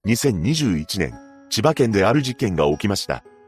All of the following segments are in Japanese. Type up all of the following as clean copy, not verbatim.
2021年、千葉県である事件が起きました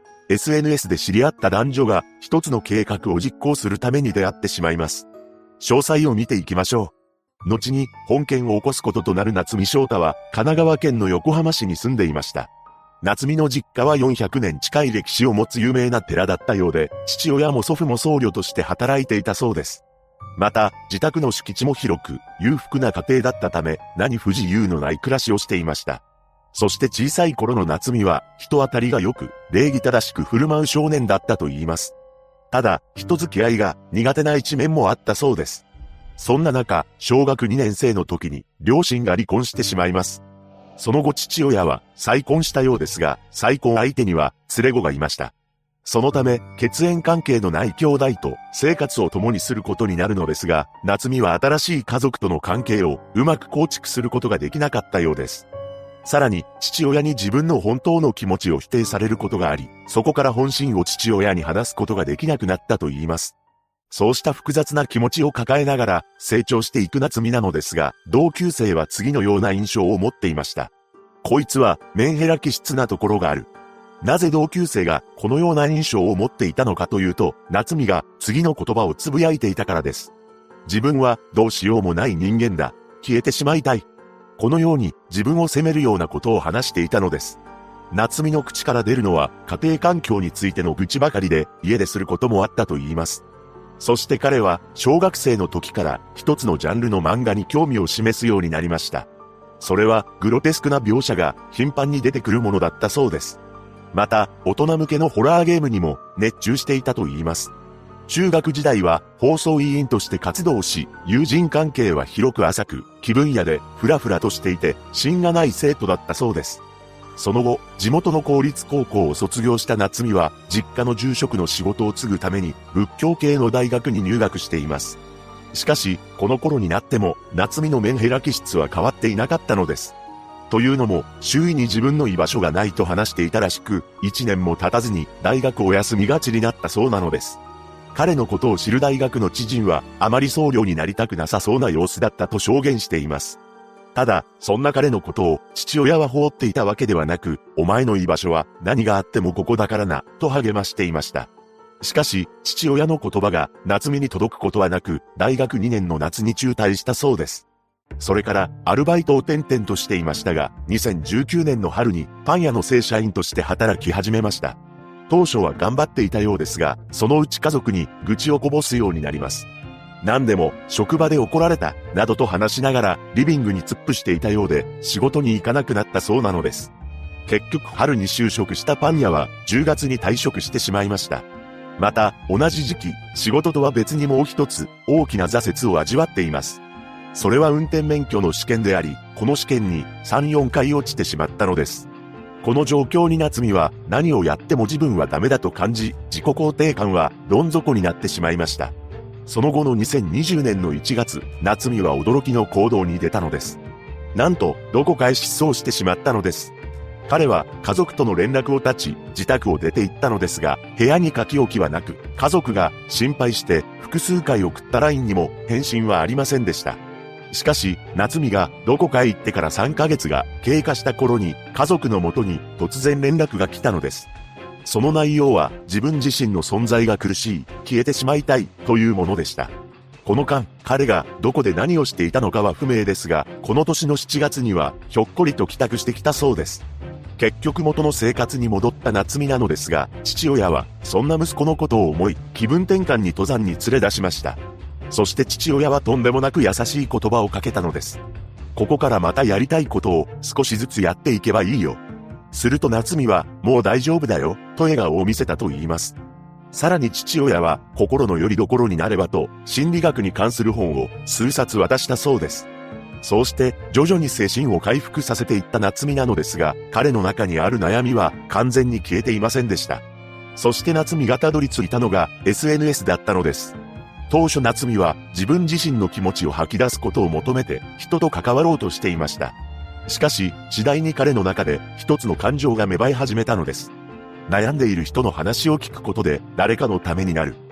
。SNS で知り合った男女が一つの計画を実行するために出会ってしまいます。詳細を見ていきましょう。後に本件を起こすこととなる夏見翔太は神奈川県の横浜市に住んでいました。夏見の実家は400年近い歴史を持つ有名な寺だったようで、父親も祖父も僧侶として働いていたそうです。また、自宅の敷地も広く、裕福な家庭だったため、何不自由のない暮らしをしていました。そして小さい頃の夏見は、人当たりが良く、礼儀正しく振る舞う少年だったと言います。ただ、人付き合いが苦手な一面もあったそうです。そんな中、小学2年生の時に、両親が離婚してしまいます。その後父親は再婚したようですが、再婚相手には連れ子がいました。そのため、血縁関係のない兄弟と生活を共にすることになるのですが、夏見は新しい家族との関係をうまく構築することができなかったようです。さらに、父親に自分の本当の気持ちを否定されることがあり、そこから本心を父親に話すことができなくなったと言います。そうした複雑な気持ちを抱えながら成長していく夏見なのですが、同級生は次のような印象を持っていました。こいつはメンヘラ気質なところがある。なぜ同級生がこのような印象を持っていたのかというと、夏見が次の言葉をつぶやいていたからです。自分はどうしようもない人間だ。消えてしまいたい。このように自分を責めるようなことを話していたのです。夏見の口から出るのは家庭環境についての愚痴ばかりで、家ですることもあったと言います。そして彼は小学生の時から一つのジャンルの漫画に興味を示すようになりました。それはグロテスクな描写が頻繁に出てくるものだったそうです。また、大人向けのホラーゲームにも熱中していたと言います。中学時代は放送委員として活動し、友人関係は広く浅く、気分屋でフラフラとしていて、芯がない生徒だったそうです。その後、地元の公立高校を卒業した夏見は、実家の住職の仕事を継ぐために、仏教系の大学に入学しています。しかし、この頃になっても、夏見のメンヘラ気質は変わっていなかったのです。というのも、周囲に自分の居場所がないと話していたらしく、1年も経たずに大学を休みがちになったそうなのです。彼のことを知る大学の知人は、あまり僧侶になりたくなさそうな様子だったと証言しています。ただ、そんな彼のことを父親は放っていたわけではなく、お前の居場所は何があってもここだからな、と励ましていました。しかし、父親の言葉が夏見に届くことはなく、大学2年の夏に中退したそうです。それから、アルバイトを転々としていましたが、2019年の春にパン屋の正社員として働き始めました。当初は頑張っていたようですが、そのうち家族に愚痴をこぼすようになります。何でも、職場で怒られた、などと話しながら、リビングに突っ伏していたようで、仕事に行かなくなったそうなのです。結局春に就職したパン屋は、10月に退職してしまいました。また、同じ時期、仕事とは別にもう一つ、大きな挫折を味わっています。それは運転免許の試験であり、この試験に3、4回落ちてしまったのです。この状況に夏見は、何をやっても自分はダメだと感じ、自己肯定感は、どん底になってしまいました。その後の2020年の1月、夏見は驚きの行動に出たのです。なんと、どこかへ失踪してしまったのです。彼は家族との連絡を絶ち、自宅を出て行ったのですが、部屋に書き置きはなく、家族が心配して複数回送った LINE にも返信はありませんでした。しかし、夏見がどこかへ行ってから3ヶ月が経過した頃に、家族のもとに突然連絡が来たのです。その内容は自分自身の存在が苦しい、消えてしまいたいというものでした。この間、彼がどこで何をしていたのかは不明ですが、この年の7月にはひょっこりと帰宅してきたそうです。結局元の生活に戻った夏見なのですが、父親はそんな息子のことを思い、気分転換に登山に連れ出しました。そして父親はとんでもなく優しい言葉をかけたのです。ここからまたやりたいことを少しずつやっていけばいいよ。すると夏見は、もう大丈夫だよ、と笑顔を見せたと言います。さらに父親は、心の拠り所になればと、心理学に関する本を数冊渡したそうです。そうして、徐々に精神を回復させていった夏見なのですが、彼の中にある悩みは完全に消えていませんでした。そして夏見がたどり着いたのが SNS だったのです。当初夏見は自分自身の気持ちを吐き出すことを求めて人と関わろうとしていました。しかし、次第に彼の中で一つの感情が芽生え始めたのです。悩んでいる人の話を聞くことで誰かのためになる。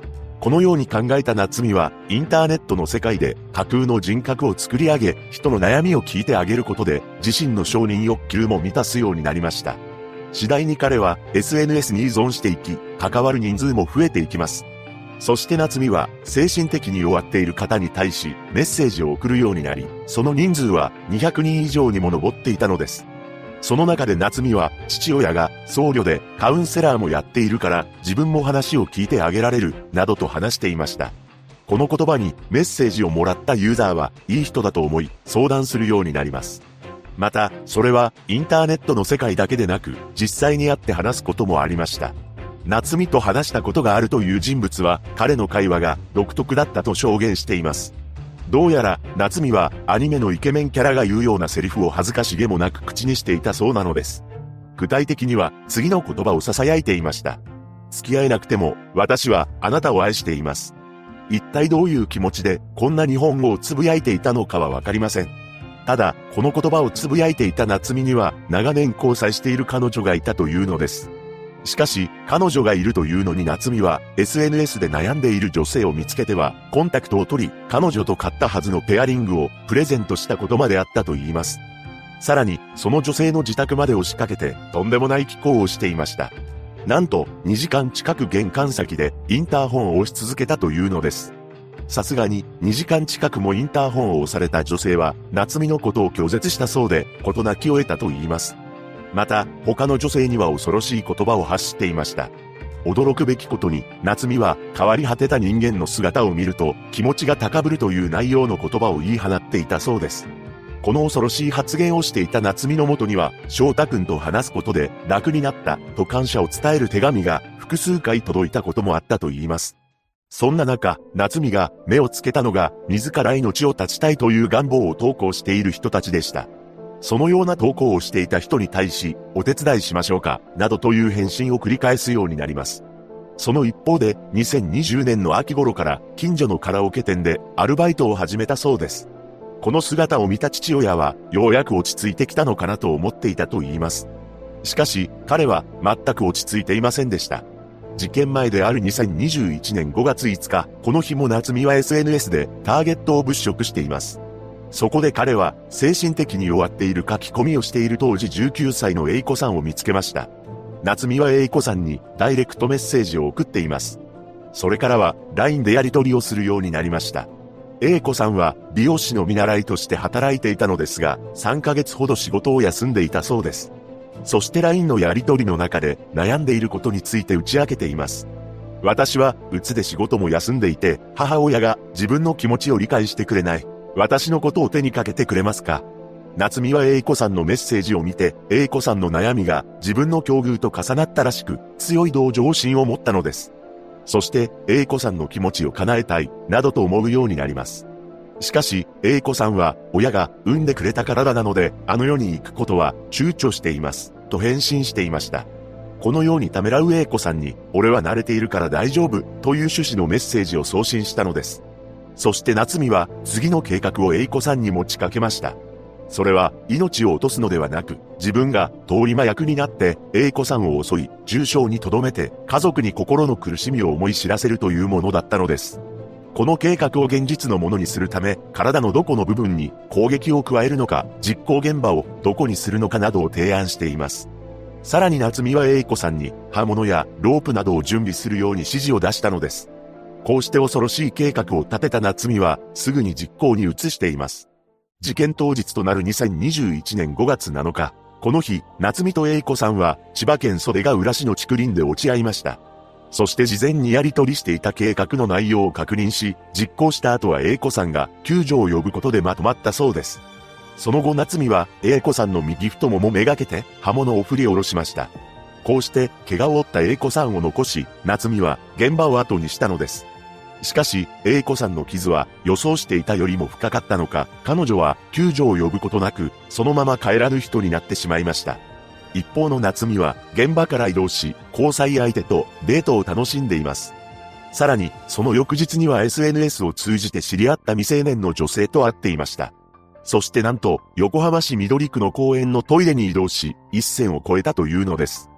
このように考えた夏美は、インターネットの世界で架空の人格を作り上げ、人の悩みを聞いてあげることで、自身の承認欲求も満たすようになりました。次第に彼は SNS に依存していき、関わる人数も増えていきます。そして夏美は精神的に弱っている方に対しメッセージを送るようになり、その人数は200人以上にも上っていたのです。その中で夏美は父親が僧侶でカウンセラーもやっているから自分も話を聞いてあげられるなどと話していました。この言葉にメッセージをもらったユーザーはいい人だと思い相談するようになります。また、それはインターネットの世界だけでなく実際に会って話すこともありました。夏美と話したことがあるという人物は彼の会話が独特だったと証言しています。どうやら夏美はアニメのイケメンキャラが言うようなセリフを恥ずかしげもなく口にしていたそうなのです。具体的には次の言葉を囁いていました。付き合えなくても私はあなたを愛しています。一体どういう気持ちでこんな日本語をつぶやいていたのかはわかりません。ただ、この言葉をつぶやいていた夏美には長年交際している彼女がいたというのです。しかし、彼女がいるというのに夏美は SNS で悩んでいる女性を見つけてはコンタクトを取り、彼女と買ったはずのペアリングをプレゼントしたことまであったと言います。さらに、その女性の自宅まで押しかけてとんでもない奇行をしていました。なんと、2時間近く玄関先でインターホンを押し続けたというのです。さすがに2時間近くもインターホンを押された女性は夏美のことを拒絶したそうで事なきを得たと言います。また他の女性には恐ろしい言葉を発していました。驚くべきことに夏美は変わり果てた人間の姿を見ると気持ちが高ぶるという内容の言葉を言い放っていたそうです。この恐ろしい発言をしていた夏美のもとには翔太くんと話すことで楽になったと感謝を伝える手紙が複数回届いたこともあったと言います。そんな中、夏美が目をつけたのが自ら命を絶ちたいという願望を投稿している人たちでした。そのような投稿をしていた人に対し、お手伝いしましょうか、などという返信を繰り返すようになります。その一方で、2020年の秋頃から近所のカラオケ店でアルバイトを始めたそうです。この姿を見た父親は、ようやく落ち着いてきたのかなと思っていたと言います。しかし、彼は全く落ち着いていませんでした。事件前である2021年5月5日、この日も夏美は SNS でターゲットを物色しています。そこで彼は精神的に弱っている書き込みをしている当時19歳の A 子さんを見つけました。夏美は A 子さんにダイレクトメッセージを送っています。それからは LINE でやり取りをするようになりました。A 子さんは美容師の見習いとして働いていたのですが、3ヶ月ほど仕事を休んでいたそうです。そして LINE のやり取りの中で悩んでいることについて打ち明けています。私は鬱で仕事も休んでいて、母親が自分の気持ちを理解してくれない。私のことを手にかけてくれますか？夏美は A 子さんのメッセージを見て、A 子さんの悩みが自分の境遇と重なったらしく、強い同情心を持ったのです。そして A 子さんの気持ちを叶えたい、などと思うようになります。しかし、A 子さんは、親が産んでくれた体なので、あの世に行くことは躊躇しています、と返信していました。このようにためらう A 子さんに、俺は慣れているから大丈夫、という趣旨のメッセージを送信したのです。そして夏美は、次の計画を A 子さんに持ちかけました。それは、命を落とすのではなく、自分が通り魔役になって、A 子さんを襲い、重傷に留めて、家族に心の苦しみを思い知らせるというものだったのです。この計画を現実のものにするため、体のどこの部分に攻撃を加えるのか、実行現場をどこにするのかなどを提案しています。さらに夏美は A 子さんに刃物やロープなどを準備するように指示を出したのです。こうして恐ろしい計画を立てた夏美はすぐに実行に移しています。事件当日となる2021年5月7日、この日、夏美と A 子さんは千葉県袖ヶ浦市の竹林で落ち合いました。そして事前にやり取りしていた計画の内容を確認し、実行した後は A 子さんが救助を呼ぶことでまとまったそうです。その後夏美は A 子さんの右太ももめがけて刃物を振り下ろしました。こうして怪我を負った A 子さんを残し、夏美は現場を後にしたのです。しかし、A 子さんの傷は予想していたよりも深かったのか、彼女は救助を呼ぶことなく、そのまま帰らぬ人になってしまいました。一方の夏美は現場から移動し、交際相手とデートを楽しんでいます。さらに、その翌日には SNS を通じて知り合った未成年の女性と会っていました。そしてなんと、横浜市緑区の公園のトイレに移動し、一線を越えたというのです。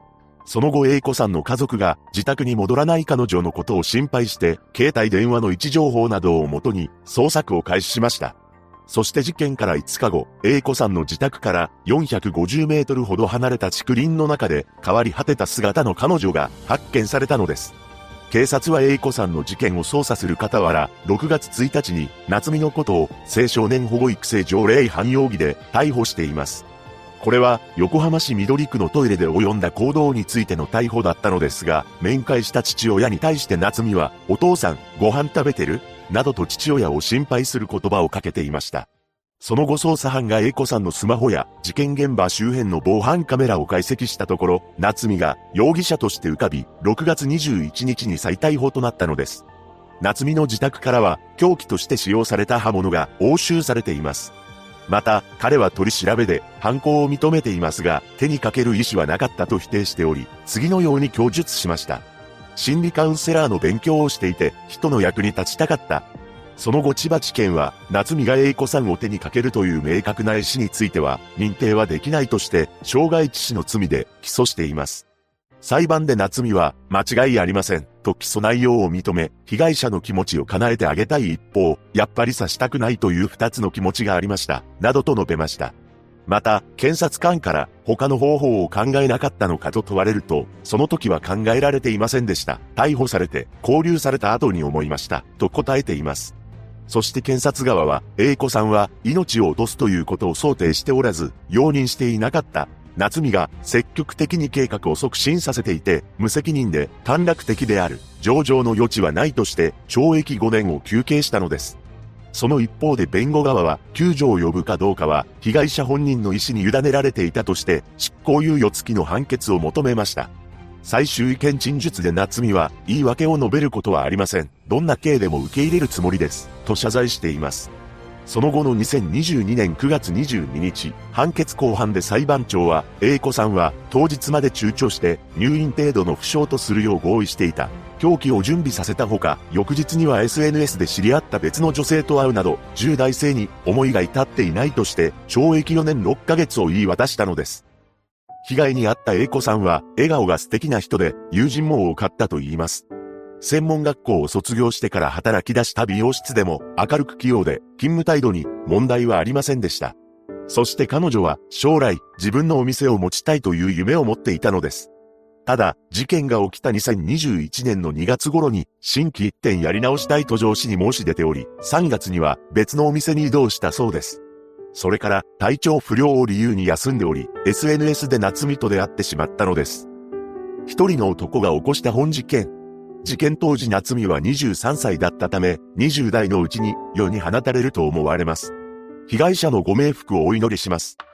その後 A 子さんの家族が自宅に戻らない彼女のことを心配して、携帯電話の位置情報などをもとに捜索を開始しました。そして事件から5日後、A 子さんの自宅から450メートルほど離れた竹林の中で変わり果てた姿の彼女が発見されたのです。警察は A 子さんの事件を捜査する傍ら、6月1日に夏美のことを青少年保護育成条例違反容疑で逮捕しています。これは横浜市緑区のトイレで及んだ行動についての逮捕だったのですが、面会した父親に対して夏美は、お父さん、ご飯食べてる？などと父親を心配する言葉をかけていました。その後捜査班が A 子さんのスマホや事件現場周辺の防犯カメラを解析したところ、夏美が容疑者として浮かび、6月21日に再逮捕となったのです。夏美の自宅からは凶器として使用された刃物が押収されています。また、彼は取り調べで犯行を認めていますが、手にかける意思はなかったと否定しており、次のように供述しました。心理カウンセラーの勉強をしていて、人の役に立ちたかった。その後千葉地検は、夏美が A 子さんを手にかけるという明確な意思については、認定はできないとして、傷害致死の罪で起訴しています。裁判で夏美は、間違いありません、と起訴内容を認め、被害者の気持ちを叶えてあげたい一方、やっぱり刺したくないという二つの気持ちがありました、などと述べました。また、検察官から、他の方法を考えなかったのかと問われると、その時は考えられていませんでした。逮捕されて、勾留された後に思いました、と答えています。そして検察側は、A 子さんは命を落とすということを想定しておらず、容認していなかった。夏美が積極的に計画を促進させていて、無責任で短絡的である。情状の余地はないとして、懲役5年を求刑したのです。その一方で弁護側は、救助を呼ぶかどうかは、被害者本人の意思に委ねられていたとして、執行猶予付きの判決を求めました。最終意見陳述で夏美は、言い訳を述べることはありません。どんな刑でも受け入れるつもりです。と謝罪しています。その後の2022年9月22日、判決公判で裁判長は、A 子さんは当日まで躊躇して入院程度の負傷とするよう合意していた。凶器を準備させたほか、翌日には SNS で知り合った別の女性と会うなど、重大性に思いが至っていないとして、懲役4年6ヶ月を言い渡したのです。被害に遭った A 子さんは、笑顔が素敵な人で、友人も多かったと言います。専門学校を卒業してから働き出した美容室でも明るく器用で勤務態度に問題はありませんでした。そして彼女は将来自分のお店を持ちたいという夢を持っていたのです。ただ事件が起きた2021年の2月頃に心機一転やり直したいと上司に申し出ており、3月には別のお店に移動したそうです。それから体調不良を理由に休んでおり、SNS で夏美と出会ってしまったのです。一人の男が起こした本事件。事件当時夏美は23歳だったため、20代のうちに世に放たれると思われます。被害者のご冥福をお祈りします。